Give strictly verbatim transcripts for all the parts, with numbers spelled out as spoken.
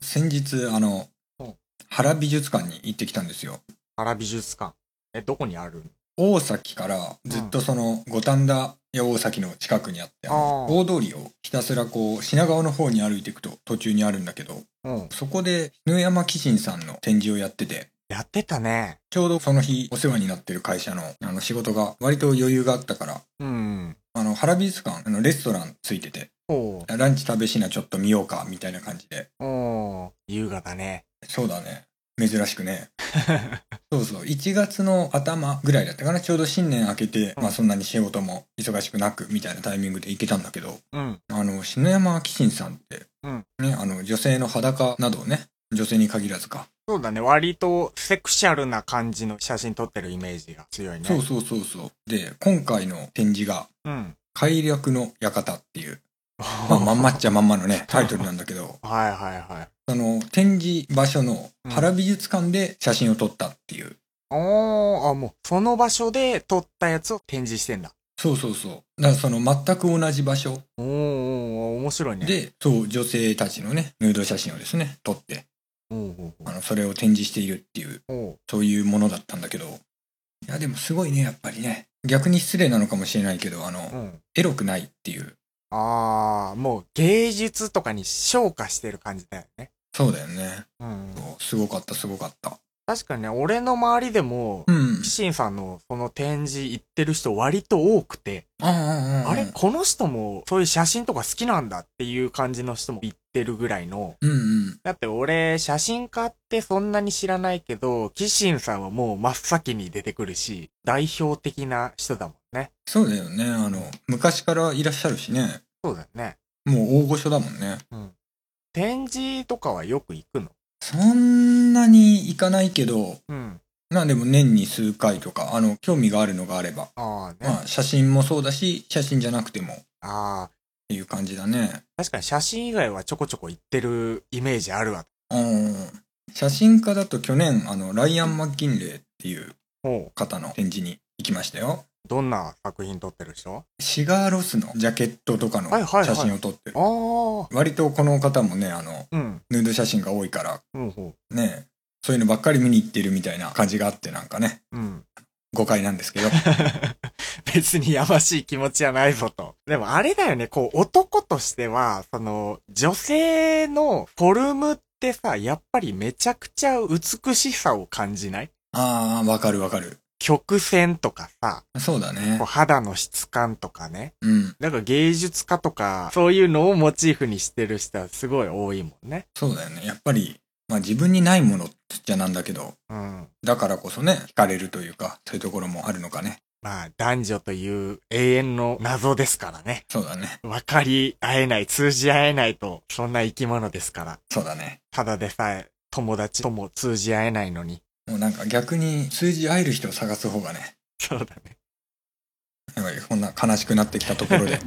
先日、あの、 うん原美術館に行ってきたんですよ。 原美術館。え、どこにある？ 大崎からずっとその五反田や大崎の近くにあって、あのあー大通りをひたすらこう品川の方に歩いていくと途中にあるんだけど、 うん。 そこで犬山紀信さんの展示をやってて、 やってたね。 ちょうどその日お世話になってる会社のあの仕事が割と余裕があったから、 うん。 あの原美術館あのレストランついてて、 おう。 ランチ食べしなちょっと見ようかみたいな感じで。 おう。優雅だね。 そうだね。珍しくね。そうそう。いちがつの頭ぐらいだったかな。ちょうど新年明けて、 うんまあそんなに仕事も忙しくなくみたいなタイミングで行けたんだけど、 うん。 あの、篠山紀信さんって、 うんね、あの、女性の裸などをね、女性に限らずか。 そうだね。割とセクシャルな感じの写真撮ってるイメージが強いね。 そうそうそうそう。で、今回の展示が、 うん。 快楽の館っていう、まあまんまっちゃまんまのね、タイトルなんだけど、 はいはいはい。 その展示場所の原美術館で写真を撮ったっていう。 おー、あ、もう、その場所で撮ったやつを展示してんだ。 そうそうそう。だからその全く同じ場所おー、おー、面白いね。 で、そう、女性たちのね、ヌード写真をですね、撮って、 おー、おー、 あの、それを展示しているっていう、 おー。 そういうものだったんだけど、いや、でもすごいね、やっぱりね。逆に失礼なのかもしれないけど、あの、 うん。 エロくないっていう。 あー、もう芸術とかに昇華してる感じだよね。 そうだよね。 うん。 そうすごかった、すごかった。 確かにね、俺の周りでも、 うん。 キシンさんのその展示行ってる人割と多くて、 ああ、ああ、 あれこの人もそういう写真とか好きなんだっていう感じの人も行ってるぐらいの。 うんうん。 だって俺、写真家ってそんなに知らないけど、キシンさんはもう真っ先に出てくるし、代表的な人だもんね。 そうだよね。あの、昔からいらっしゃるしね。 そうだよね。 もう大御所だもんね。 うん。展示とかはよく行くの？ そんなに行かないけど、 うん。 まあでも年に数回とか、あの、興味があるのがあれば、 ああね。 まあ写真もそうだし、写真じゃなくてもっああ、 ていう感じだね。 確かに写真以外はちょこちょこ行ってるイメージあるわ。 うん。写真家だと去年、あの、ライアン・マッキンレーっていうほう。 方の展示に行きましたよ。 どんな作品撮ってる人？ シガーロスのジャケットとかのはいはいはい写真を撮ってる。 ああ。 割とこの方もね、あの、 うん。 ヌード写真が多いから、 うんほね、そういうのばっかり見に行ってるみたいな感じがあってなんかね、 う。うん。 誤解なんですけど。 別にやましい気持ちはないぞと。でもあれだよね、こう男としては、その、女性のフォルムってさ、やっぱりめちゃくちゃ美しさを感じない？ ああ、わかるわかる。 曲線とかさ、 そうだねこう。肌の質感とかね。 うん。 なんか芸術家とか、そういうのをモチーフにしてる人はすごい多いもんね。 そうだよね。やっぱり、まあ自分にないものって言っちゃなんだけど、 うん。 だからこそね、惹かれるというか、そういうところもあるのかね。 まあ、男女という永遠の謎ですからね。 そうだね。 分かり合えない、通じ合えないと、そんな生き物ですから。 そうだね。 ただでさえ、友達とも通じ合えないのに。 もうなんか逆に通じ合える人を探す方がね、 そうだね。 やばい、こんな悲しくなってきたところで。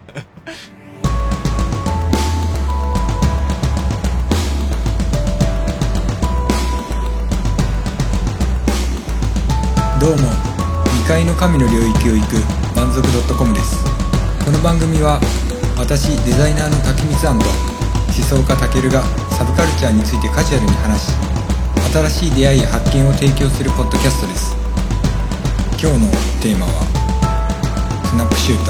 どうも、にかいの神の領域を行く満足 .com です。この番組は私デザイナーの竹光庵と思想家たけるがサブカルチャーについてカジュアルに話し、新しい出会いや発見を提供するポッドキャストです。今日のテーマはスナップシュータ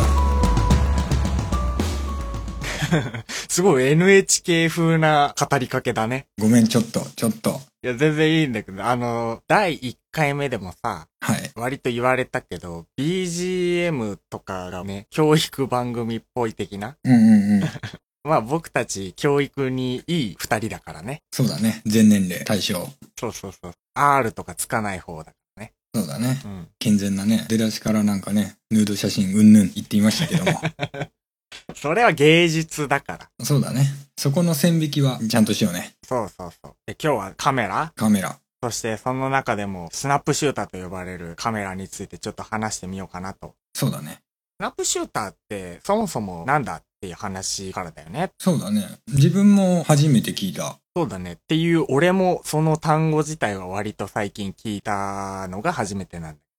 ー。 すごい エヌエイチケー 風な語りかけだね。 ごめん、ちょっとちょっといや、全然いいんだけど、あの、だいいっかいめでもさ、 はい割と言われたけど、ビージーエム とかがね、教育番組っぽい的な。 うんうんうんまあ僕たち教育にいい二人だからね。 そうだね、全年齢対象。 そうそうそう。アール とかつかない方だからね。 そうだね、 うん。 健全なね、出だしからなんかね、ヌード写真うんぬん言っていましたけども。 それは芸術だから。 そうだね、そこの線引きはちゃんとしようね。 そうそうそう。で、今日はカメラ、 カメラ。 そしてその中でもスナップシューターと呼ばれるカメラについてちょっと話してみようかなと。 そうだね。 スナップシューターってそもそもなんだっていう話からだよね。 そうだね。自分も初めて聞いた。 そうだね。っていう俺もその単語自体は割と最近聞いたのが初めてなんだ。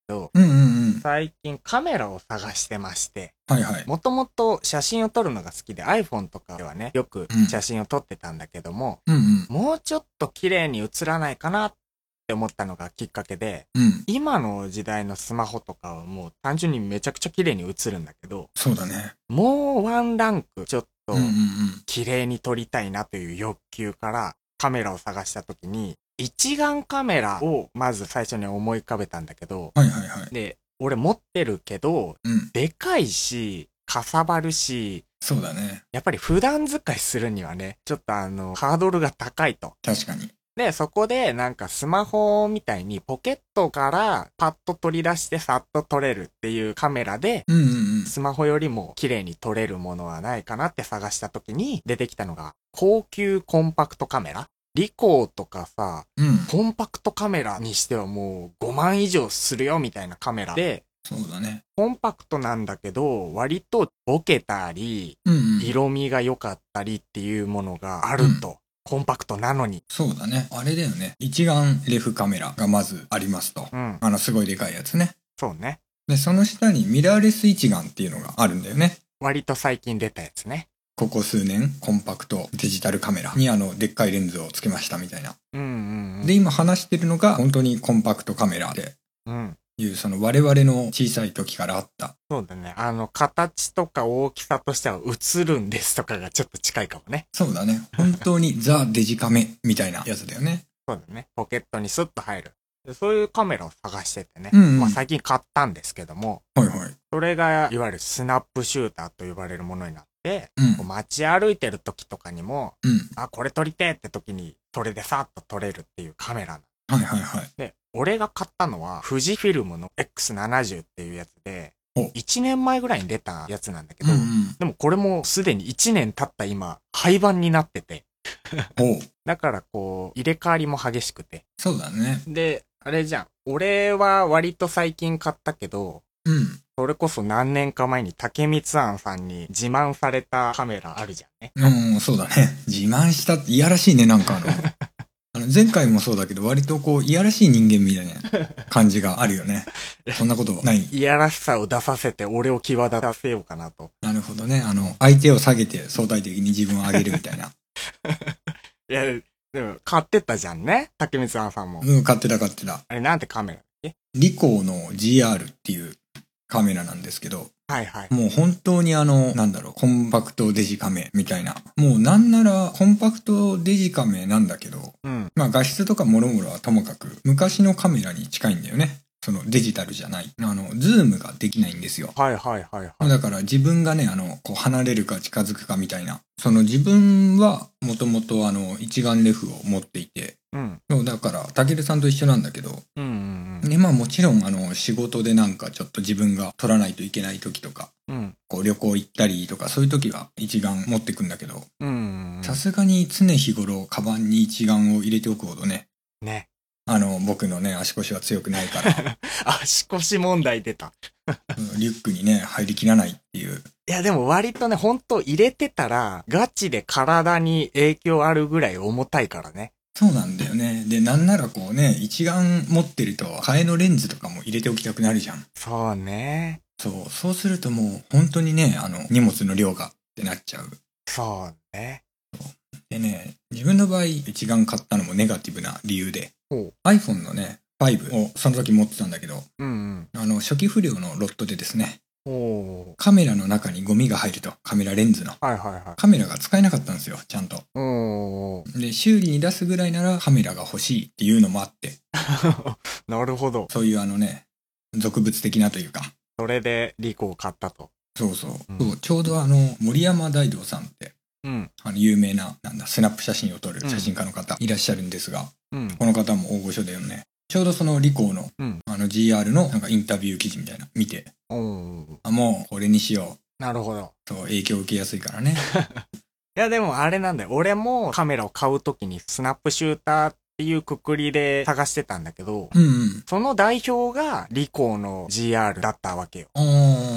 ど、 うんうんうん。 最近カメラを探してまして、 はいはい。 もともと写真を撮るのが好きで iPhone とかではね、よく写真を撮ってたんだけども、 うんうん。 もうちょっと綺麗に写らないかなって思ったのがきっかけで、 うん。 今の時代のスマホとかはもう単純にめちゃくちゃ綺麗に写るんだけど、 そうだね。 もうワンランクちょっとうんうんうん。 綺麗に撮りたいなという欲求からカメラを探した時に、一眼カメラをまず最初に思い浮かべたんだけど、 はいはいはい。 で、俺持ってるけど、 うん。 でかいし、かさばるし、 そうだね。 やっぱり普段使いするにはね、ちょっとあの、ハードルが高いと。 確かに。 で、そこでなんかスマホみたいにポケットからパッと取り出してさっと撮れるっていうカメラで、 うんうんうん。 スマホよりも綺麗に撮れるものはないかなって探した時に出てきたのが、高級コンパクトカメラ。リコーとかさ、 うん。 コンパクトカメラにしてはもうごまん以上するよみたいなカメラで、 そうだね。 コンパクトなんだけど、割とボケたり、 うんうん。 色味が良かったりっていうものがあると。うん、コンパクトなのに。 そうだね。あれだよね。一眼レフカメラがまずありますと。 うん。 あの、すごいでかいやつね。 そうね。 で、その下にミラーレス一眼っていうのがあるんだよね。 割と最近出たやつね。 ここ数年、コンパクトデジタルカメラにあの、でっかいレンズをつけましたみたいな。 うんうんうん。 で、今話してるのが本当にコンパクトカメラで。 うん。 いう、その我々の小さい時からあった。 そうだね。あの、形とか大きさとしては映るんですとかがちょっと近いかもね。 そうだね。本当にザ・デジカメみたいなやつだよね。 そうだね。ポケットにスッと入る。でそういうカメラを探しててね。 うんうん、 まあ最近買ったんですけども。 はいはい。 それが、いわゆるスナップシューターと呼ばれるものになって、 うん、 こう街歩いてる時とかにも、 うん、 あ、これ撮りてーって時に、それでさっと撮れるっていうカメラ。 はいはいはい。 で、俺が買ったのは、富士フィルムの エックスななじゅう っていうやつで、いちねんまえぐらいに出たやつなんだけど、 うんうん、 でもこれもすでにいちねん経った今、廃盤になってて。だからこう、入れ替わりも激しくて。 そうだね。 で、あれじゃん。俺は割と最近買ったけど、 うん。 それこそ何年か前に竹光庵さんに自慢されたカメラあるじゃんね。 うん、そうだね。自慢したっていやらしいね、なんかあの。あの前回もそうだけど、割とこう、いやらしい人間みたいな感じがあるよね。そんなことない。 いやらしさを出させて、俺を際立たせようかなと。 なるほどね。あの、相手を下げて相対的に自分を上げるみたいな。 いや、でも、買ってたじゃんね。竹光庵さんも。 うん、買ってた買ってた。 あれなんてカメラだっけ？ リコーの ジーアール っていうカメラなんですけど。 はいはい。 もう本当にあの、なんだろう、コンパクトデジカメみたいな。もうなんならコンパクトデジカメなんだけど、 うん、 まあ画質とかもろもろはともかく、昔のカメラに近いんだよね。そのデジタルじゃない。あの、ズームができないんですよ。 はいはいはいはい。 だから自分がね、あの、こう離れるか近づくかみたいな。その自分はもともとあの、一眼レフを持っていて、 うん。 そうだから、たけるさんと一緒なんだけど、 うんうんうん。 で、まあもちろんあの、仕事でなんかちょっと自分が撮らないといけない時とか、 うん、 こう旅行行ったりとかそういう時は一眼持ってくんだけど、さすがに常日頃カバンに一眼を入れておくほどね。 ね。 あの、僕のね、足腰は強くないから。 足腰問題出た。 リュックにね、入りきらないっていう。 いやでも割とね、ほんと入れてたら、ガチで体に影響あるぐらい重たいからね。 そうなんだよね。で、なんならこうね、一眼持ってると、替えのレンズとかも入れておきたくなるじゃん。 そうね。 そう、そうするともう本当にね、あの、荷物の量がってなっちゃう。 そうね。 そうでね、自分の場合、一眼買ったのもネガティブな理由で、 ほう iPhone のね、ファイブをその時持ってたんだけど、 うんうん、 あの、初期不良のロットでですね、 おカメラの中にゴミが入ると、カメラレンズの。 はいはいはい。 カメラが使えなかったんですよ、ちゃんと。 おで、修理に出すぐらいならカメラが欲しいっていうのもあって。 なるほど。 そういうあのね、俗物的なというか。 それでリコを買ったと。 そうそう。 うん、 そうちょうどあの、森山大道さんって、 うん、 あの、有名な、なんだ、スナップ写真を撮る写真家の方、いらっしゃるんですが、 うん、 この方も大御所だよね。ちょうどそのリコーの、うん、あの ジーアール のなんかインタビュー記事みたいな見て、あ、もうこれにしよう。なるほど。 そう、影響を受けやすいからね。 いやでもあれなんだよ。俺もカメラを買うときにスナップシューターっていうくくりで探してたんだけど、 うんうん、 その代表がリコーの ジーアール だったわけよ。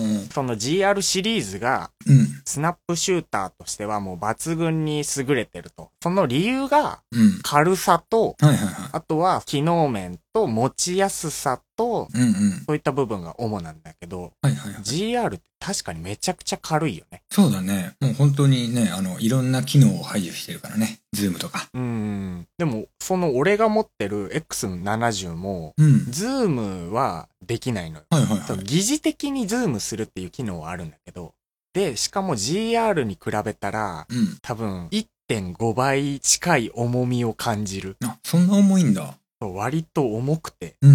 ん。 その ジーアール シリーズが、 うん。 スナップシューターとしてはもう抜群に優れてると。その理由が、 うん。 軽さと、 はいはいはい。 あとは機能面と持ちやすさと、 うんうん。 そういった部分が主なんだけど、 はいはいはい。 ジーアール って確かにめちゃくちゃ軽いよね。 そうだね。もう本当にね、あの、いろんな機能を排除してるからね。ズームとか。 うん。でも、その俺が持ってる エックスななじゅう も、 うん。 ズームはできないのよ。 はいはいはい。 疑似的にズームするっていう機能はあるんだけど、で、しかも ジーアール に比べたら、 うん。 多分 いってんご 倍近い重みを感じる。 あ、そんな重いんだ。 割と重くて。 うんうん。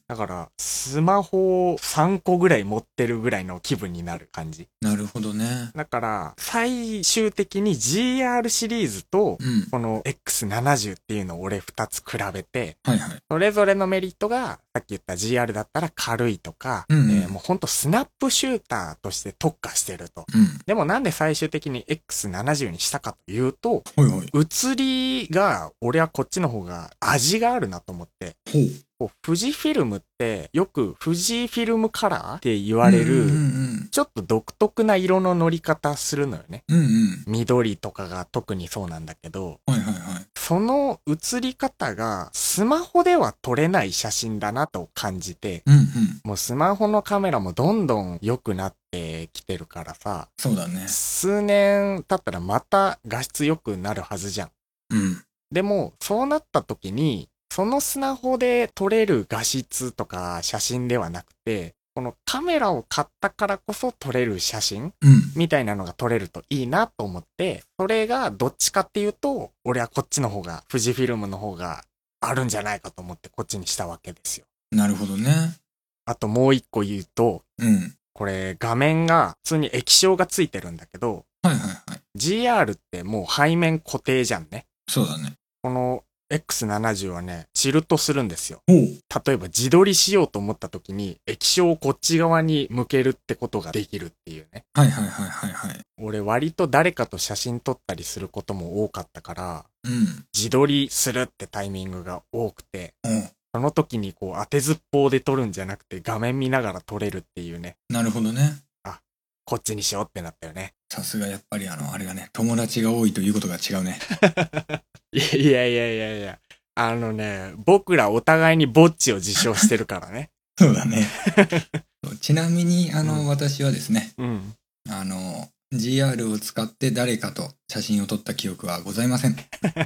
だから、スマホをさんこぐらい持ってるぐらいの気分になる感じ。 なるほどね。 だから、最終的に ジーアール シリーズと、 うん。 この エックスななじゅう っていうのを俺ふたつ比べて、 はいはい。 それぞれのメリットが、さっき言った ジーアール だったら軽いとか、 うんうん、 えーもうほんとスナップシューターとして特化してると。 うん。 でもなんで最終的に エックスななじゅう にしたかというと、 ほいほい。 映りが、俺はこっちの方が味があるなと思って、 ほう。 こう富士フィルムってよく富士フィルムカラーって言われる、 うんうんうんちょっと独特な色の乗り方するのよね。 うん。うんうん。 緑とかが特にそうなんだけど、 はいはいはい。 その映り方がスマホでは撮れない写真だなと感じて、 うんうん。 もうスマホのカメラもどんどん良くなってきてるからさ、 そうだね。 数年経ったらまた画質良くなるはずじゃん。 うん。 でも、そうなった時に、そのスマホで撮れる画質とか写真ではなくて、このカメラを買ったからこそ撮れる写真うん。 みたいなのが撮れるといいなと思って、それがどっちかっていうと、俺はこっちの方が、富士フィルムの方があるんじゃないかと思ってこっちにしたわけですよ。 なるほどね。 あともう一個言うと、 うん。 これ画面が普通に液晶がついてるんだけど、 はいはいはい。 ジーアール ってもう背面固定じゃんね。 そうだね。 この エックスななじゅう はね、チルトするんですよ。 ほう。 例えば自撮りしようと思った時に液晶をこっち側に向けるってことができるっていうね。 はいはいはいはいはい。 俺割と誰かと写真撮ったりすることも多かったから、 うん。 自撮りするってタイミングが多くて、 おう。 その時にこう当てずっぽうで撮るんじゃなくて画面見ながら撮れるっていうね。 なるほどね。 こっちにしようってなったよね。 さすがやっぱりあの、あれがね、友達が多いということが違うね。 いやいやいやいやいや。あのね、僕らお互いにぼっちを自称してるからね。 そうだね。ちなみに、あの、 うん私はですね、 うん。 あの、ジーアール を使って誰かと写真を撮った記憶はございません。い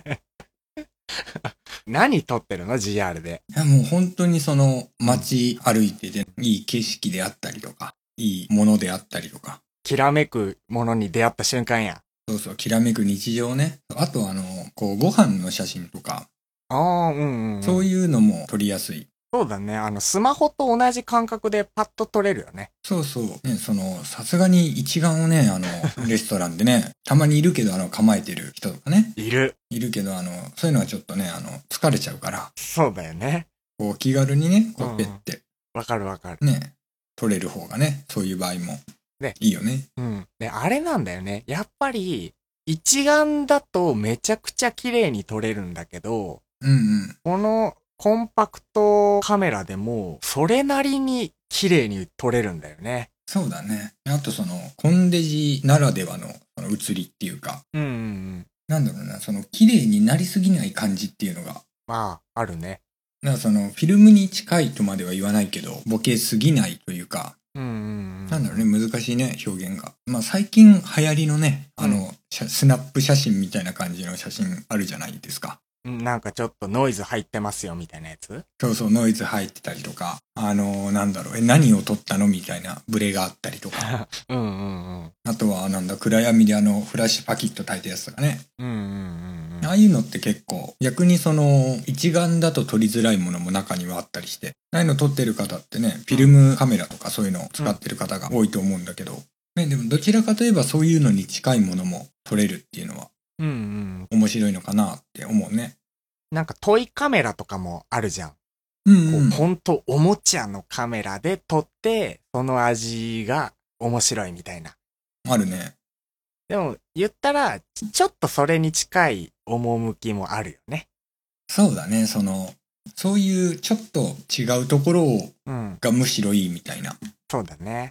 何撮ってるの ?ジーアール で。 やもう本当にその街歩いてて、いい景色であったりとか、いいものであったりとか、 きらめくものに出会った瞬間や。 そうそう、きらめく日常ね。あとあの、こう、ご飯の写真とか、 ああ、うんうん、うん。 そういうのも撮りやすい。 そうだね。あの、スマホと同じ感覚でパッと撮れるよね。 そうそう。ね、その、さすがに一眼をね、あの、レストランでね、たまにいるけど、あの、構えてる人とかね。 いる。 いるけど、あの、そういうのはちょっとね、あの、疲れちゃうから、 そうだよね。 こう、気軽にね、こうんう、ペッて、 わかるわかる。 ね、撮れる方がね、そういう場合も、 ねいいよね。 うん。で、あれなんだよね。やっぱり、一眼だとめちゃくちゃ綺麗に撮れるんだけど、 うんうん。 このコンパクトカメラでも、それなりに綺麗に撮れるんだよね。 そうだね。あとその、コンデジならではの、その写りっていうか、 うんうんうん。 なんだろうな、その、綺麗になりすぎない感じっていうのが、 まあ、あるね。 だからその、フィルムに近いとまでは言わないけど、ボケすぎないというか、 うんうんうん。 なんだろうね、難しいね、表現が。まあ最近流行りのね、あの、写スナップ写真みたいな感じの写真あるじゃないですか。 なんかちょっとノイズ入ってますよみたいなやつ。 そうそう、ノイズ入ってたりとか、あの、なんだろう、え、何を撮ったのみたいなブレがあったりとか。 うんうんうん。 あとは、なんだ、暗闇であの、フラッシュパキッと焚いたやつとかね。 うんうんうんうん。 ああいうのって結構、逆にその、一眼だと撮りづらいものも中にはあったりして、ああいうの撮ってる方ってね、フィルムカメラとかそういうのを使ってる方が多いと思うんだけど、ね、でもどちらかといえばそういうのに近いものも撮れるっていうのは、 うんうん。 面白いのかなって思うね。 なんかトイカメラとかもあるじゃん。 うんうん。 こうほんとおもちゃのカメラで撮って、その味が面白いみたいな。 あるね。 でも言ったら、ちょっとそれに近い趣もあるよね。 そうだね、その、そういうちょっと違うところをうん。 がむしろいいみたいな。 そうだね。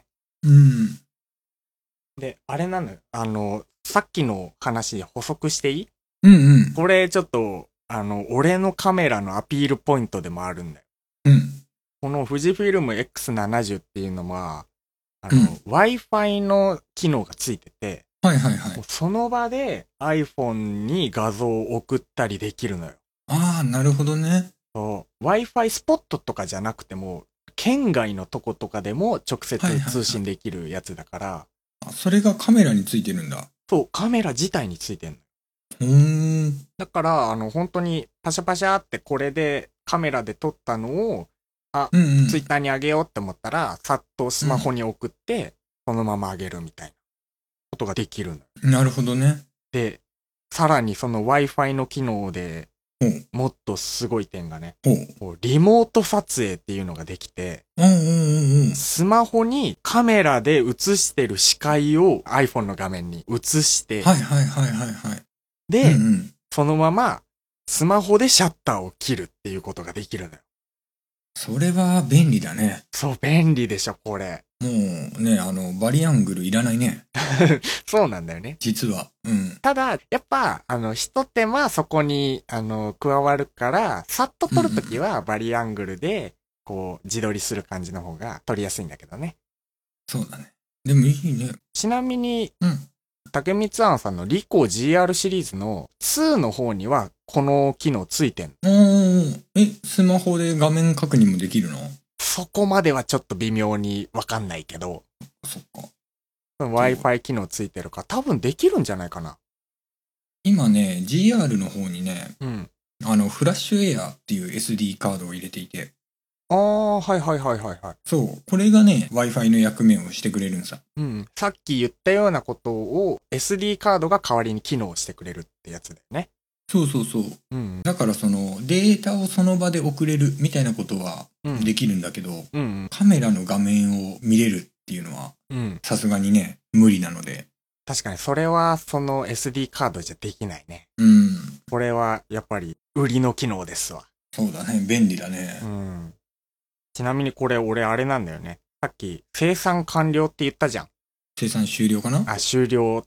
うん。 で、あれなのよ。あの、さっきの話で補足していい？ うんうん。 これちょっと、あの、俺のカメラのアピールポイントでもあるんだよ。 うん。 この富士フィルム エックスななじゅう っていうのは、あの、 うん Wi-Fi の機能がついてて、 はいはいはいもう。その場で iPhone に画像を送ったりできるのよ。 ああ、なるほどね。 そう。Wi-Fi スポットとかじゃなくても、県外のとことかでも直接はいはいはい通信できるやつだから、 あそれがカメラについてるんだ。 そう、カメラ自体についてんの。 うーん。 だから、あの、本当にパシャパシャってこれでカメラで撮ったのを、あ、 うんうん。 ツイッターに上げようって思ったら、さっとスマホに送って、そのまま上げるみたいなことができるの。 なるほどね。 で、さらにその Wi-Fi の機能でほう。 もっとすごい点がね、 ほう。 こうリモート撮影っていうのができて、 うんうんうんうん。 スマホにカメラで映してる視界を iPhone の画面に映して、 はいはいはいはいはい。 で、 うんうん。 そのままスマホでシャッターを切るっていうことができるのよ。 それは便利だね。 そう、便利でしょ、これ。 もうね、あの、バリアングルいらないね。 そうなんだよね。 実は。うん。 ただ、やっぱ、あの、一手間そこに、あの、加わるから、さっと撮るときはバリアングルで、こう、自撮りする感じの方が撮りやすいんだけどね。 そうだね。でもいいね。 ちなみに、 うん。 竹光庵さんのリコ ジーアール シリーズのにの方には、この機能ついてんの。 おー、え、スマホで画面確認もできるの？ そこまではちょっと微妙にわかんないけど、 そっか。 Wi-Fi 機能ついてるから多分できるんじゃないかな。 今ね、ジーアール の方にね、 うん。 あの、フラッシュエアっていう エスディー カードを入れていて、 ああ、はいはいはいはいはい。 そう、これがね、Wi-Fi の役目をしてくれるんさ。 うん。さっき言ったようなことを エスディー カードが代わりに機能してくれるってやつだよね。 そうそうそう。 うん。 だからその、データをその場で送れるみたいなことはうん。 できるんだけど、 うん。 カメラの画面を見れるっていうのは、 うん。 さすがにね、無理なので。 確かにそれはその エスディー カードじゃできないね。 うん。 これはやっぱり売りの機能ですわ。 そうだね、便利だね。 うん。ちなみにこれ俺あれなんだよね。さっき生産完了って言ったじゃん。 生産終了かな？ あ、終了って。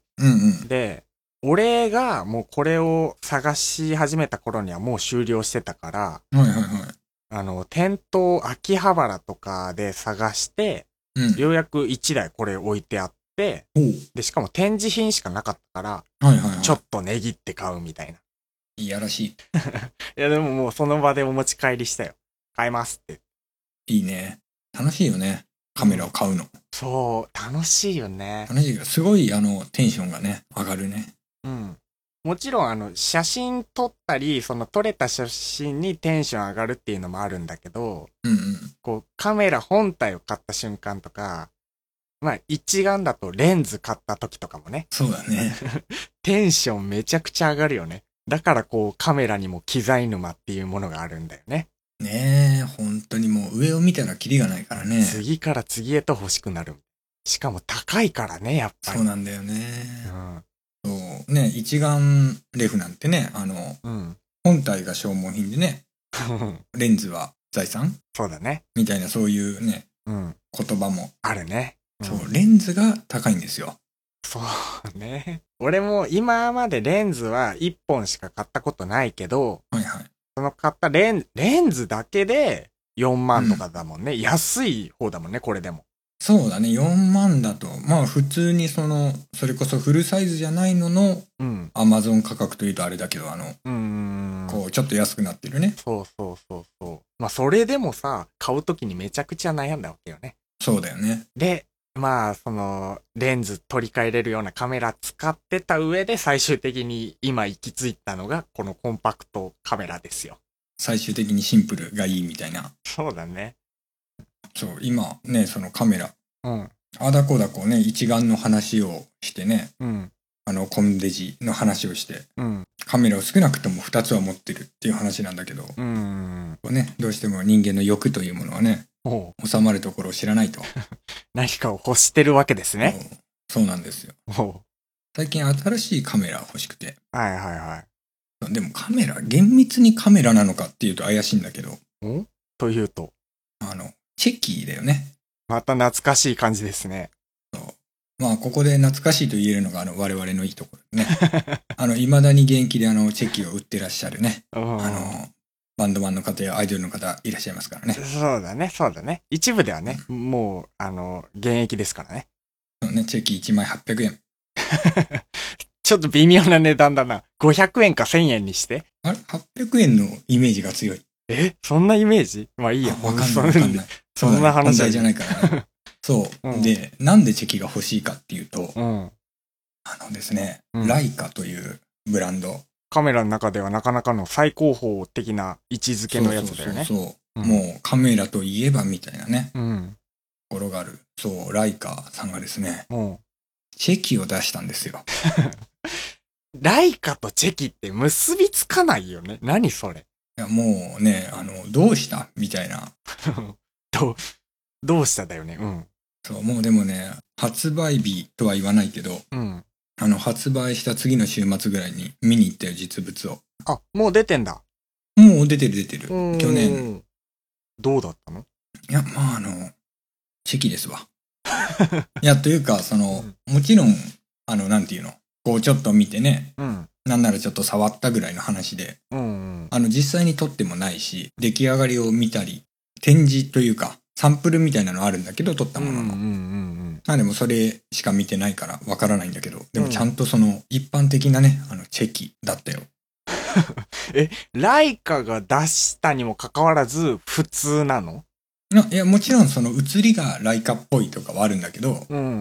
うんうん。 で、俺がもうこれを探し始めた頃にはもう終了してたから、 はいはいはい。 あの、店頭秋葉原とかで探して、 うん。 ようやくいちだいこれ置いてあって、 おう。 で、しかも展示品しかなかったから、 はいはいはい。 ちょっと値切って買うみたいな。 いやらしい。 いや、でももうその場でお持ち帰りしたよ。買いますって。 いいね。楽しいよね。カメラを買うの。 そう、楽しいよね。 楽しいが、すごいあの、テンションがね、上がるね。 うん。もちろんあの、写真撮ったり、その撮れた写真にテンション上がるっていうのもあるんだけど、 うんうん。 こう、カメラ本体を買った瞬間とか、まあ、一眼だとレンズ買った時とかもね、 そうだね。 テンションめちゃくちゃ上がるよね。だからこう、カメラにも機材沼っていうものがあるんだよね。 ねえ、本当にもう上を見たらキリがないからね。 次から次へと欲しくなる。しかも高いからね、やっぱり。 そうなんだよね。 うん。 そう。ね、一眼レフなんてね、あの、 うん。 本体が消耗品でね、レンズは財産そうだね。 みたいなそういうね、 うん。 言葉も。 あるね。うん、 そう、レンズが高いんですよ。 そうね。俺も今までレンズはいっぽんしか買ったことないけど、 はいはい。 その買ったレン、レンズだけでよんまんとかだもんね。うん、安い方だもんね、これでも。 そうだね、よんまんだと、まあ普通にその、それこそフルサイズじゃないのの、 うん。 アマゾン価格というとあれだけど、あの、 うーん。 こう、ちょっと安くなってるね。 そうそうそうそう。まあそれでもさ、買うときにめちゃくちゃ悩んだわけよね。 そうだよね。 で、まあその、レンズ取り替えれるようなカメラ使ってた上で最終的に今行き着いたのがこのコンパクトカメラですよ。 最終的にシンプルがいいみたいな。 そうだね。 そう、今ね、そのカメラ。 うん。 あだこだこね、一眼の話をしてね、 うん。 あの、コンデジの話をして、 うん。 カメラを少なくともふたつは持ってるっていう話なんだけど、 うん。 こうね、どうしても人間の欲というものはね、 おう収まるところを知らないと。 何かを欲してるわけですね。 そうなんですよ。 おう最近新しいカメラ欲しくて。 はいはいはい。 でもカメラ、厳密にカメラなのかっていうと怪しいんだけど、 おというと。 あの、チェキだよね。 また懐かしい感じですね。 まあ、ここで懐かしいと言えるのが、あの、我々のいいところね。あの、未だに現役であの、チェキを売ってらっしゃるね。あの、バンドマンの方やアイドルの方いらっしゃいますからね。 そうだね、そうだね。一部ではね、うん、もう、あの、現役ですからね。 そうね、チェキいちまいはっぴゃくえん。 ちょっと微妙な値段だな。ごひゃくえんかせんえんにして。 あれ ?はっぴゃくえんのイメージが強い。 えそんなイメージまあいいや。 わかんないわかんない。 そんな話問題じゃないからね。そう、うん。で、なんでチェキが欲しいかっていうと、うん、あのですね、うん、ライカというブランド。 カメラの中ではなかなかの最高峰的な位置づけのやつだよね。 そうそうそう、うん、もうカメラといえばみたいなね、うん、ところがある。そう、ライカさんがですね、うん、チェキを出したんですよ。 ライカとチェキって結びつかないよね。何それ。 いや、もうね、あの、どうしたみたいな。 どう、どうしただよね。うん。 そう、もうでもね、発売日とは言わないけど、うん、あの、発売した次の週末ぐらいに見に行ったよ、実物を。 あ、もう出てんだ。 もう出てる出てる。去年。 どうだったの？ いや、まああの、チェキですわ。いや、というか、その、うん、もちろん、あの、なんていうの、こうちょっと見てね、うん、なんならちょっと触ったぐらいの話で、うんうん、あの、実際に撮ってもないし、出来上がりを見たり、展示というか、サンプルみたいなのあるんだけど、撮ったものの。うんうんうん、まあでもそれしか見てないからわからないんだけど、でもちゃんとその一般的なね、あのチェキだったよ。 え、ライカが出したにもかかわらず普通なの？ いや、もちろんその写りがライカっぽいとかはあるんだけど、うんうんうん、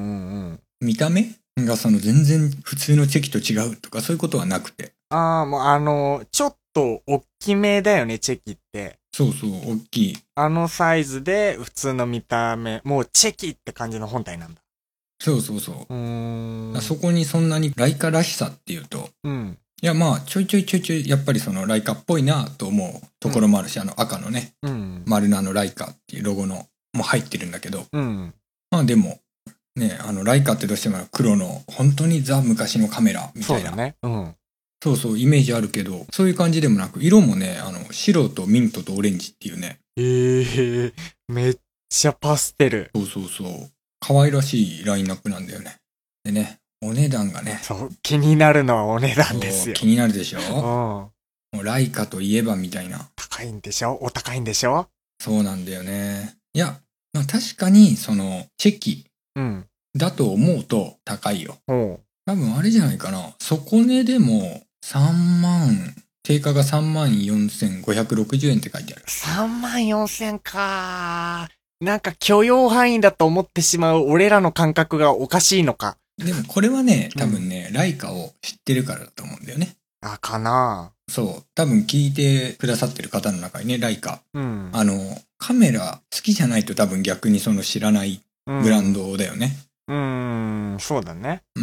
見た目がその全然普通のチェキと違うとかそういうことはなくて。 ああ、もうあの、ちょっと大きめだよね、チェキって。 そうそう、大きい。 あのサイズで普通の見た目、もうチェキって感じの本体なんだ。 そうそうそう。うーんそこにそんなにライカらしさっていうと、うん、いやまあちょいちょいちょいちょいやっぱりそのライカっぽいなと思うところもあるし、うん、あの赤のね、うん、丸のあのライカっていうロゴのも入ってるんだけど、うん、まあでもね、あのライカってどうしても黒の本当にザ昔のカメラみたいな。そうだね。うん。そうそう、イメージあるけど、そういう感じでもなく、色もね、あの、白とミントとオレンジっていうね。 えー、めっちゃパステル。 そうそうそう。可愛らしいラインナップなんだよね。でね、お値段がね。 そう、気になるのはお値段ですよ。 気になるでしょ？うん。もうライカといえばみたいな。 高いんでしょ？お高いんでしょ？ そうなんだよね。いや、まあ確かに、その、チェキ。うん。だと思うと高いよ。うん。多分あれじゃないかな。底値でもさんまん、定価がさんまんよんせんごひゃくろくじゅうえんって書いてある。 さんまんよんせんかー。なんか許容範囲だと思ってしまう俺らの感覚がおかしいのか。 でもこれはね、多分ね、うん、ライカを知ってるからだと思うんだよね。 あ、かなー。そう。多分聞いてくださってる方の中にね、ライカ。うん。あの、カメラ好きじゃないと多分逆にその知らないブランドだよね。 うん、うーん、そうだね。 うん。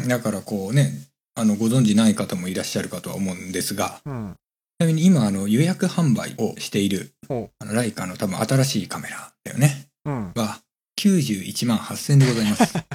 だからこうね、あの、ご存知ない方もいらっしゃるかとは思うんですが、うん、ちなみに今、あの、予約販売をしている、あの、ライカの多分新しいカメラだよね。うん、は、きゅうじゅういちまんはっせんでございます。あ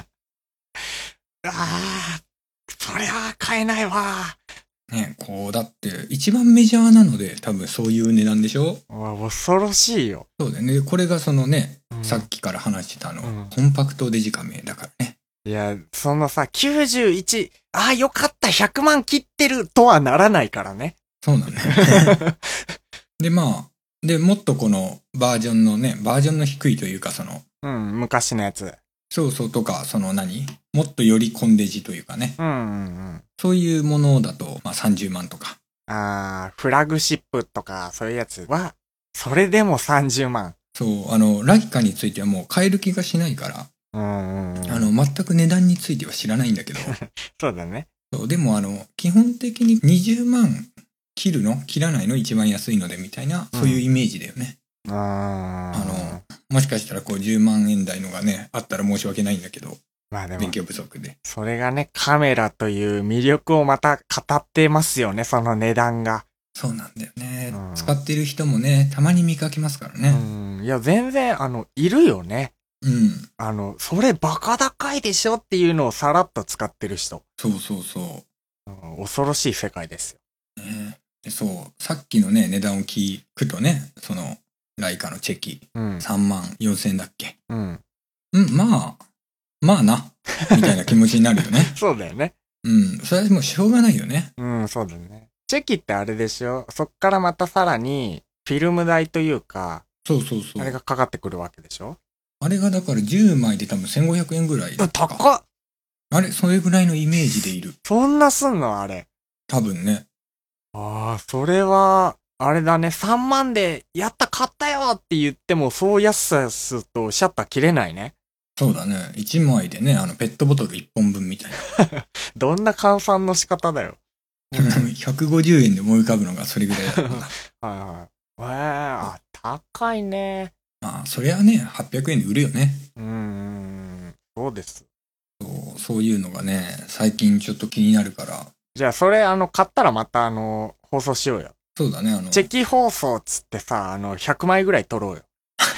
あ、そりゃ買えないわ。 ね、こう、だって、一番メジャーなので、多分そういう値段でしょ？ 恐ろしいよ。 そうだよね。これがそのね、うん、さっきから話してたあの、うん、コンパクトデジカメだからね。 いや、そのさ、きゅうじゅういち、ああ、よかった、ひゃくまん切ってるとはならないからね。 そうなんだね。で、まあ、で、もっとこのバージョンのね、バージョンの低いというか、その、 うん、昔のやつ。 そうそうとか、その何もっとよりコンデジというかね。うんうんうん。そういうものだと、まあさんじゅうまんとか。 ああ、フラグシップとか、そういうやつは、それでもさんじゅうまん。 そう、あの、ライカについてはもう買える気がしないから、うんうんうん、あの、全く値段については知らないんだけど。 そうだね。 そう、でもあの、基本的ににじゅうまん切るの切らないの一番安いのでみたいな、そういうイメージだよね。うん、あの、もしかしたらこうじゅうまんえん台のがね、あったら申し訳ないんだけど。まあでも、勉強不足で。 それがね、カメラという魅力をまた語ってますよね、その値段が。 そうなんだよね。うん、使ってる人もね、たまに見かけますからね。うん。いや、全然、あの、いるよね。うん。あの、それバカ高いでしょっていうのをさらっと使ってる人。 そうそうそう。 うん、恐ろしい世界ですよ。 ね、そう。さっきのね、値段を聞くとね、その、ライカのチェキ、うん、さんまんよんせんえんだっけ。うん。 うん、まあ、まあな、みたいな気持ちになるよね。 そうだよね。 うん、それはもうしょうがないよね。 うん、そうだね。チェキってあれでしょ？そっからまたさらに、フィルム代というか、 そうそうそう。 あれがかかってくるわけでしょ？ あれがだからじゅうまいで多分せんごひゃくえんぐらいだったか。 高っ！ あれ、それぐらいのイメージでいる。 そんなすんのあれ。 多分ね。 ああ、それは、あれだね、さんまんで、やった、買ったよって言っても、そう安さすとシャッター切れないね。 そうだね。いちまいでね、あの、ペットボトルいっぽんぶんみたいな。 どんな換算の仕方だよ。 ひゃくごじゅうえんで思い浮かぶのがそれぐらいだったな。 はいはい。えー、あ、高いね。 まあ、そりゃね、はっぴゃくえんで売るよね。 うーん、そうです。 そう、そういうのがね、最近ちょっと気になるから。 じゃあ、それ、あの、買ったらまた、あの、放送しようよ。 そうだね、あの。 チェキ放送っつってさ、あの、ひゃくまいぐらい取ろうよ。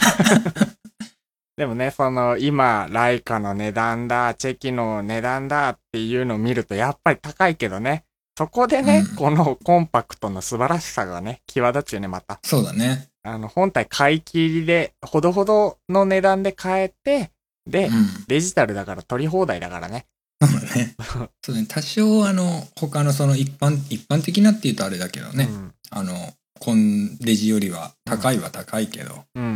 でもね、その、今、ライカの値段だ、チェキの値段だっていうのを見ると、やっぱり高いけどね。そこでね、 うん、 このコンパクトの素晴らしさがね、際立つよね、また。 そうだね。 あの、本体買い切りで、ほどほどの値段で買えて、で、 うん、 デジタルだから取り放題だからね。 そうだね。そうね、多少あの、他のその一般、一般的なって言うとあれだけどね。うん、あの、コンデジよりは高いは高いけど。 うんうんうん、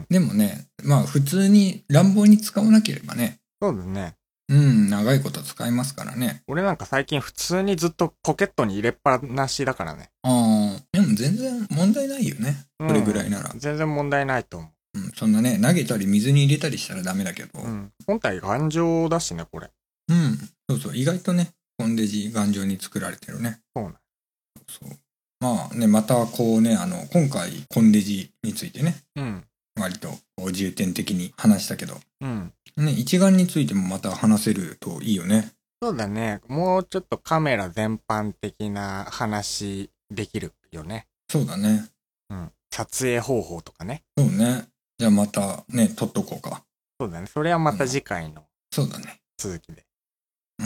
でもね、まあ普通に乱暴に使わなければね。 そうだね。 うん、長いこと使いますからね。 俺なんか最近普通にずっとポケットに入れっぱなしだからね。 ああ、でも全然問題ないよね。これぐらいなら。 うん、全然問題ないと思う。うん、そんなね、投げたり水に入れたりしたらダメだけど。 うん。本体頑丈だしね、これ。 うん。そうそう、意外とね、コンデジ頑丈に作られてるね。 そうなん。 そう。まあね、またこうね、あの、今回コンデジについてね。 うん。 割と重点的に話したけど。 うん。 ね、一眼についてもまた話せるといいよね。 そうだね。もうちょっとカメラ全般的な話できるよね。 そうだね。 うん。撮影方法とかね。 そうね。じゃあまたね、撮っとこうか。 そうだね。それはまた次回の。 そうだね。 続きで。 うん。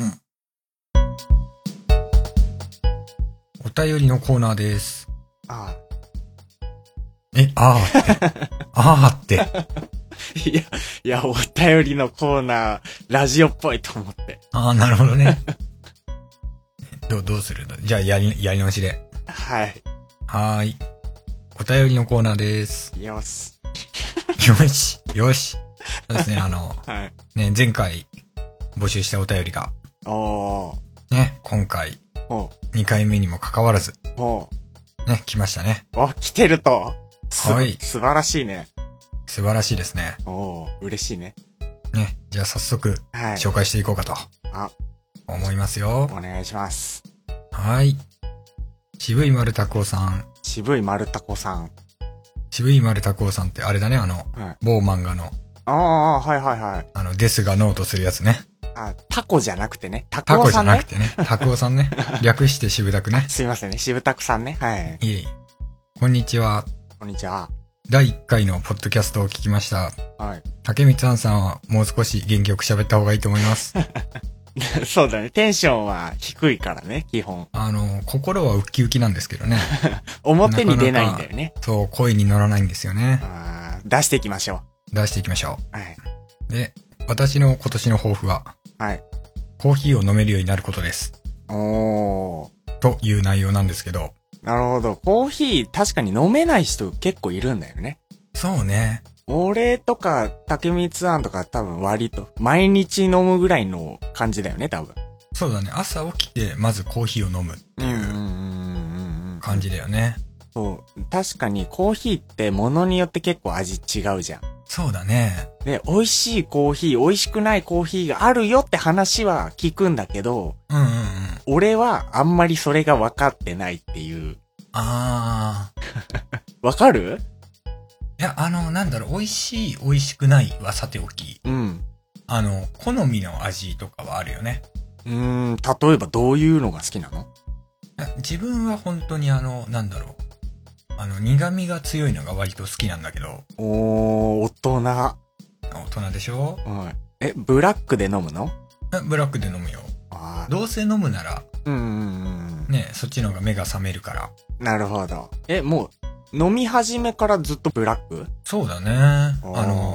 お便りのコーナーです。 ああ。 え、ああって。ああって。 いや、いや、お便りのコーナー、ラジオっぽいと思って。 ああ、なるほどね。どう、どうするの？じゃあ、やり、やり直しで。 はい。 はーい。お便りのコーナーです。 よし。 よし。よし。そうですね、あの、 はい。 ね、前回募集したお便りが。 おー。 ね、今回。 おにかいめにもかかわらず。 おね、来ましたね。 お、来てると。 はい。 素晴らしいね。 素晴らしいですね。 おー、嬉しいね。 ね、じゃあ早速、 はい。 紹介していこうかと。 あ、 思いますよ。 お願いします。 はい。渋い丸太郎さん。 渋い丸太子さん。 渋い丸太郎さんってあれだね、あの、はい、某漫画の。 ああ、はいはいはい。 あの、ですがノートするやつね。 あ、タコじゃなくてね。 タコさんね。タコじゃなくてね。タコさんね。略して渋たくね。 すいませんね。渋たくさんね。はい。 いえいえ。こんにちは。 こんにちは。 だいいっかいのポッドキャストを聞きました。 はい。 竹光庵さんはもう少し元気よく喋った方がいいと思います。 そうだね。テンションは低いからね、基本。 あの、心はウッキウキなんですけどね。 表に出ないんだよね。 なかなかそう、声に乗らないんですよね。 あ出していきましょう。出していきましょう。はい。 で、私の今年の抱負は、 はい。 コーヒーを飲めるようになることです。 おー。 という内容なんですけど。 なるほど。コーヒー確かに飲めない人結構いるんだよね。 そうね。 俺とか、竹光庵とか多分割と、毎日飲むぐらいの感じだよね、多分。 そうだね。朝起きて、まずコーヒーを飲むっていう感じだよね。 そう。確かにコーヒーって物によって結構味違うじゃん。 そうだね。 で、美味しいコーヒー、美味しくないコーヒーがあるよって話は聞くんだけど、 うんうんうん。 俺はあんまりそれが分かってないっていう。 あー。わかる？ いや、あの、なんだろう、美味しい、美味しくないはさておき。 うん。 あの、好みの味とかはあるよね。 うーん、例えばどういうのが好きなの？ いや、自分は本当にあの、なんだろう。あの、苦味が強いのが割と好きなんだけど。 おー、大人。大人でしょ？ はい。え、ブラックで飲むの？ ブラックで飲むよ。あ、どうせ飲むなら、 うんうんうん。 ね、そっちの方が目が覚めるから。 なるほど。え、もう、飲み始めからずっとブラック？ そうだね。あの、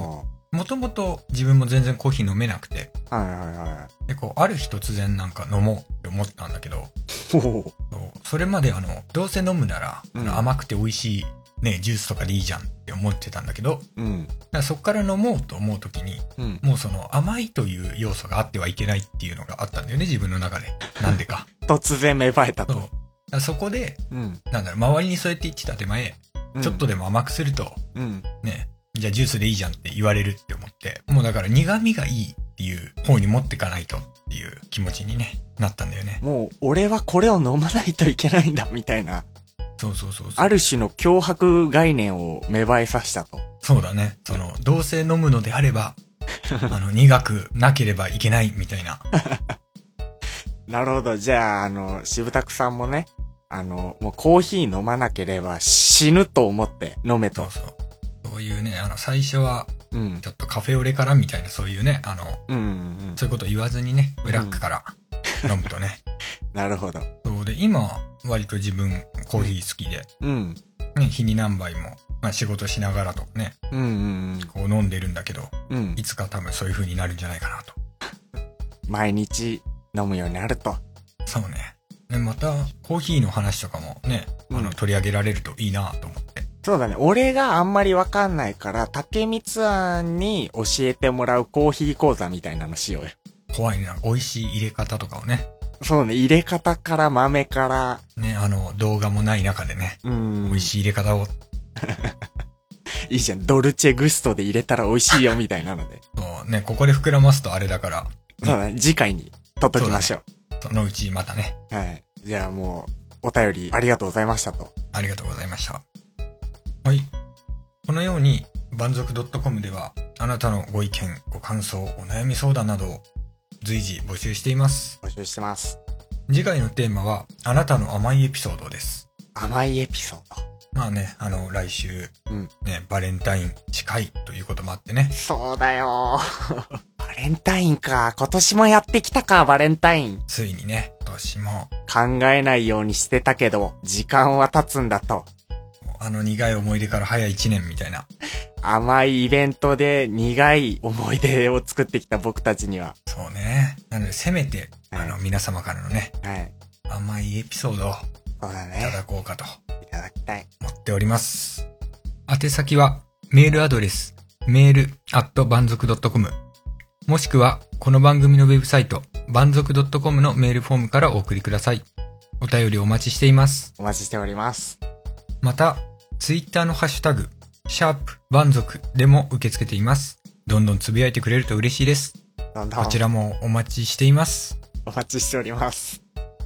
もともと自分も全然コーヒー飲めなくて。 はいはいはで、こう、ある日突然なんか飲もうって思ったんだけど、 い。おそうそれまであの、どうせ飲むなら、 うん甘くて美味しいね、ジュースとかでいいじゃんって思ってたんだけど、 うん。 だからそっから飲もうと思うときに、 うん。 もうその甘いという要素があってはいけないっていうのがあったんだよね、自分の中で。なんでか。 突然芽生えたそう。 と。 だからそこで、 うん。 なんだろう、周りにそうやって言ってた手前、ちょっとでも甘くすると、 うん。 ね、じゃあジュースでいいじゃんって言われるって思って、もうだから苦味がいいっていう方に持ってかないとっていう気持ちにね、なったんだよね。 もう、俺はこれを飲まないといけないんだ、みたいな。 そうそうそうそう。 ある種の脅迫概念を芽生えさせたと。 そうだね。その、どうせ飲むのであれば、あの、苦くなければいけないみたいな。 なるほど。じゃあ、あの、渋沢さんもね、あの、もうコーヒー飲まなければ死ぬと思って飲めと。 そうそう。そういうね、あの、最初は、 うん。 ちょっとカフェオレからみたいな、そういうね、あの、 うんうんうん。 そういうこと言わずにね、ブラックから飲むとね。 なるほど。 そうで、今、割と自分、コーヒー好きで、 うん。 ね、日に何杯も、まあ仕事しながらとかね、 うんうんこう飲んでるんだけど、 うん。うんい。つか多分そういう風になるんじゃないかなと。 毎日飲むようになると。 そうね。で、また、コーヒーの話とかもね、あの、 うん取り上げられるといいなと思って。 そうだね。俺があんまりわかんないから、竹光庵に教えてもらうコーヒー講座みたいなのしようよ。 怖いね。美味しい入れ方とかをね、 そうね。入れ方から豆から。 ね、あの、動画もない中でね、 うん。 美味しい入れ方を、 いいじゃん。ドルチェグストで入れたら美味しいよみたいなので。 そうね、ここで膨らますとあれだから、 そうだね。次回に撮っときましょう。 そのうちまたね、 はい。じゃあもう、お便りありがとうございましたと。 ありがとうございました。はい。このように、万族 .com では、あなたのご意見、ご感想、お悩み相談などを随時募集しています。 募集してます。 次回のテーマは、あなたの甘いエピソードです。 甘いエピソーまあね、あの、来週、 うんね、バレンタイン近いということもあってねド。。そうだよバレンタインか。今年もやってきたか、バレンタイン。 ついにね、今年も、 考えないようにしてたけど、時間は経つんだと。 あの苦い思い出から早い一年みたいな。 甘いイベントで苦い思い出を作ってきた僕たちには。 そうね。なので、せめて、 はいあの、皆様からのね、 はい。 甘いエピソードをそうだいただね。 こうかといただきたい。 思っております。宛先は、メールアドレス、メールアット万族 .com、もしくは、この番組のウェブサイト、万族 .com のメールフォームからお送りください。お便りお待ちしています。 お待ちしております。 また、ツイッターのハッシュタグ、シャープ万族でも受け付けています。どんどんつぶやいてくれると嬉しいです。 どんどんこちらもお待ちしています。 お待ちしております。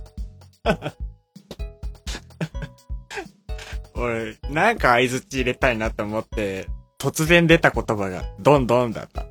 俺、なんか相槌入れたいなと思って、突然出た言葉が、どんどんだった。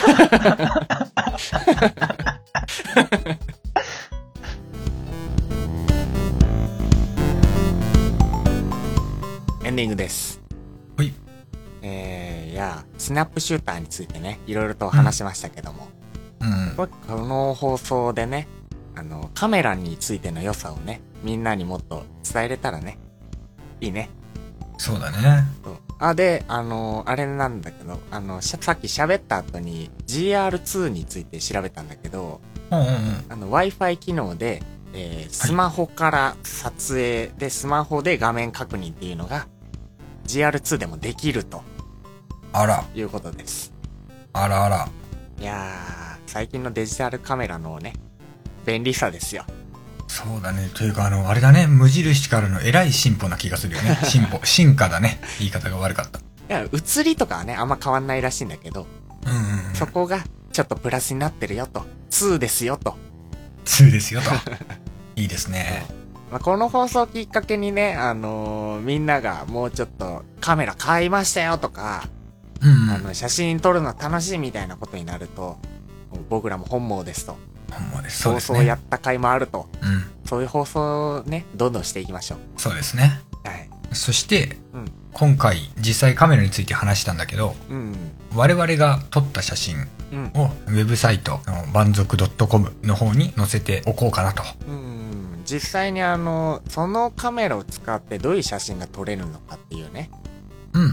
エンディングです。 ほい。 えー、いや、スナップシューターについてね、いろいろと話しましたけども、 うん。 この放送でね、あの、カメラについての良さをね、みんなにもっと伝えれたらね、いいね。 そうだね。 そうあ、で、あの、あれなんだけど、あの、しゃさっき喋った後に ジーアールツー について調べたんだけど、 うんうんうん。 あの、Wi-Fi 機能で、えー、スマホから撮影で、スマホで画面確認っていうのが、ジーアールツー でもできるとあら、 いうことです。 あらあら。 いやー、最近のデジタルカメラのね、便利さですよ。 そうだね。というか、あの、あれだね。無印からの偉い進歩な気がするよね。進歩。進化だね。言い方が悪かった。 いや、映りとかはね、あんま変わんないらしいんだけど、 うんうんうん。 そこがちょっとプラスになってるよと。ツーですよと。 にですよと。いいですね。 まあ、この放送きっかけにね、あのーみんながもうちょっとカメラ買いましたよとか、 うん、うん。 あの、写真撮るの楽しいみたいなことになると、僕らも本望ですと。 ほんまです。そう放ですね。 送やった回もあると。 うん。 そういう放送をね、どんどんしていきましょう。 そうですね。 はい。 そして、 うん。 今回実際カメラについて話したんだけど、 うん。 我々が撮った写真うん。 をウェブサイトの万族 .com の方に載せておこうかなと。 うん。実際にあの、そのカメラを使ってどういう写真が撮れるのかっていうね。 うん。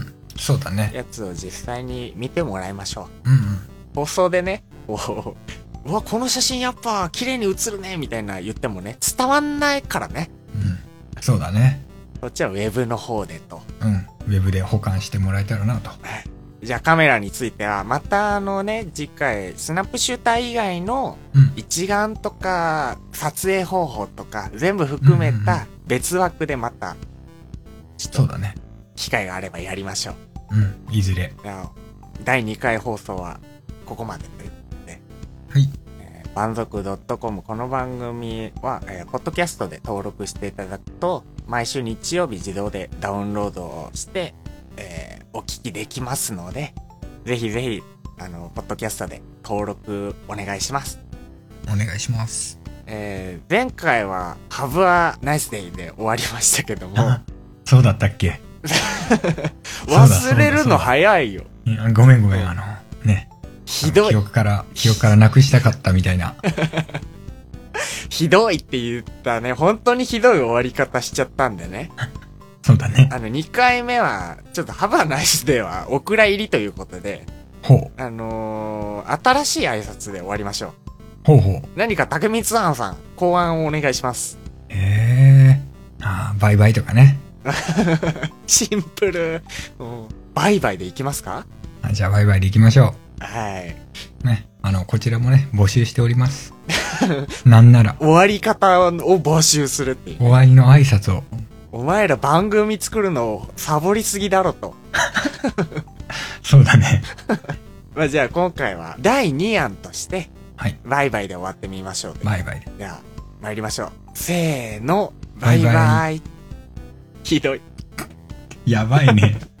そうだね。 やつを実際に見てもらいましょうんうん。 う。放送でね、こう、うわ、この写真やっぱ綺麗に写るね、みたいな言ってもね、伝わんないからね。 うん。そうだね。 こっちはウェブの方でと。 うん。ウェブで保管してもらえたらなと。 じゃあカメラについては、またあのね、次回、スナップシューター以外のうん。 一眼とか、撮影方法とか、全部含めた別枠でまた、ちょっとそうだね。 機会があればやりましょう。 うん。いずれ。 じゃあだいにかい放送はここまでということで、 はい。 えー、満足 .com この番組は、えー、ポッドキャストで登録していただくと、毎週日曜日自動でダウンロードをして、えー、お聞きできますので、ぜひぜひ、あの、ポッドキャストで登録お願いします。 お願いします。 えー、前回は Have a nice day で終わりましたけども、 そうだったっけ？ 忘れるの早いよ。 いやごめんごめん、あの、ね。 ひどい。 記憶から、記憶からなくしたかったみたいな。 ひどいって言ったね。本当にひどい終わり方しちゃったんでね。 そうだね。 あの、にかいめは、ちょっとハバナイスデーはお蔵入りということで、 ほう。 あのー、新しい挨拶で終わりましょう。 ほうほう。 何か竹光庵さん、考案をお願いします。 ええー。ああ、バイバイとかね。 シンプル。うん、バイバイでいきますか？ あじゃあバイバイでいきましょはい。 う。ね。あの、こちらもね、募集しております。なんなら。 終わり方を募集するっていう。 終わりの挨拶を。 お前ら番組作るのをサボりすぎだろと。 そうだね。 まあじゃあ今回はだいに案として、 はい。 バイバイで終わってみましょう。 バイバイで。 じゃあ、参りましょう。せーの、バイバイ。 バイバイひどい。 やばいね。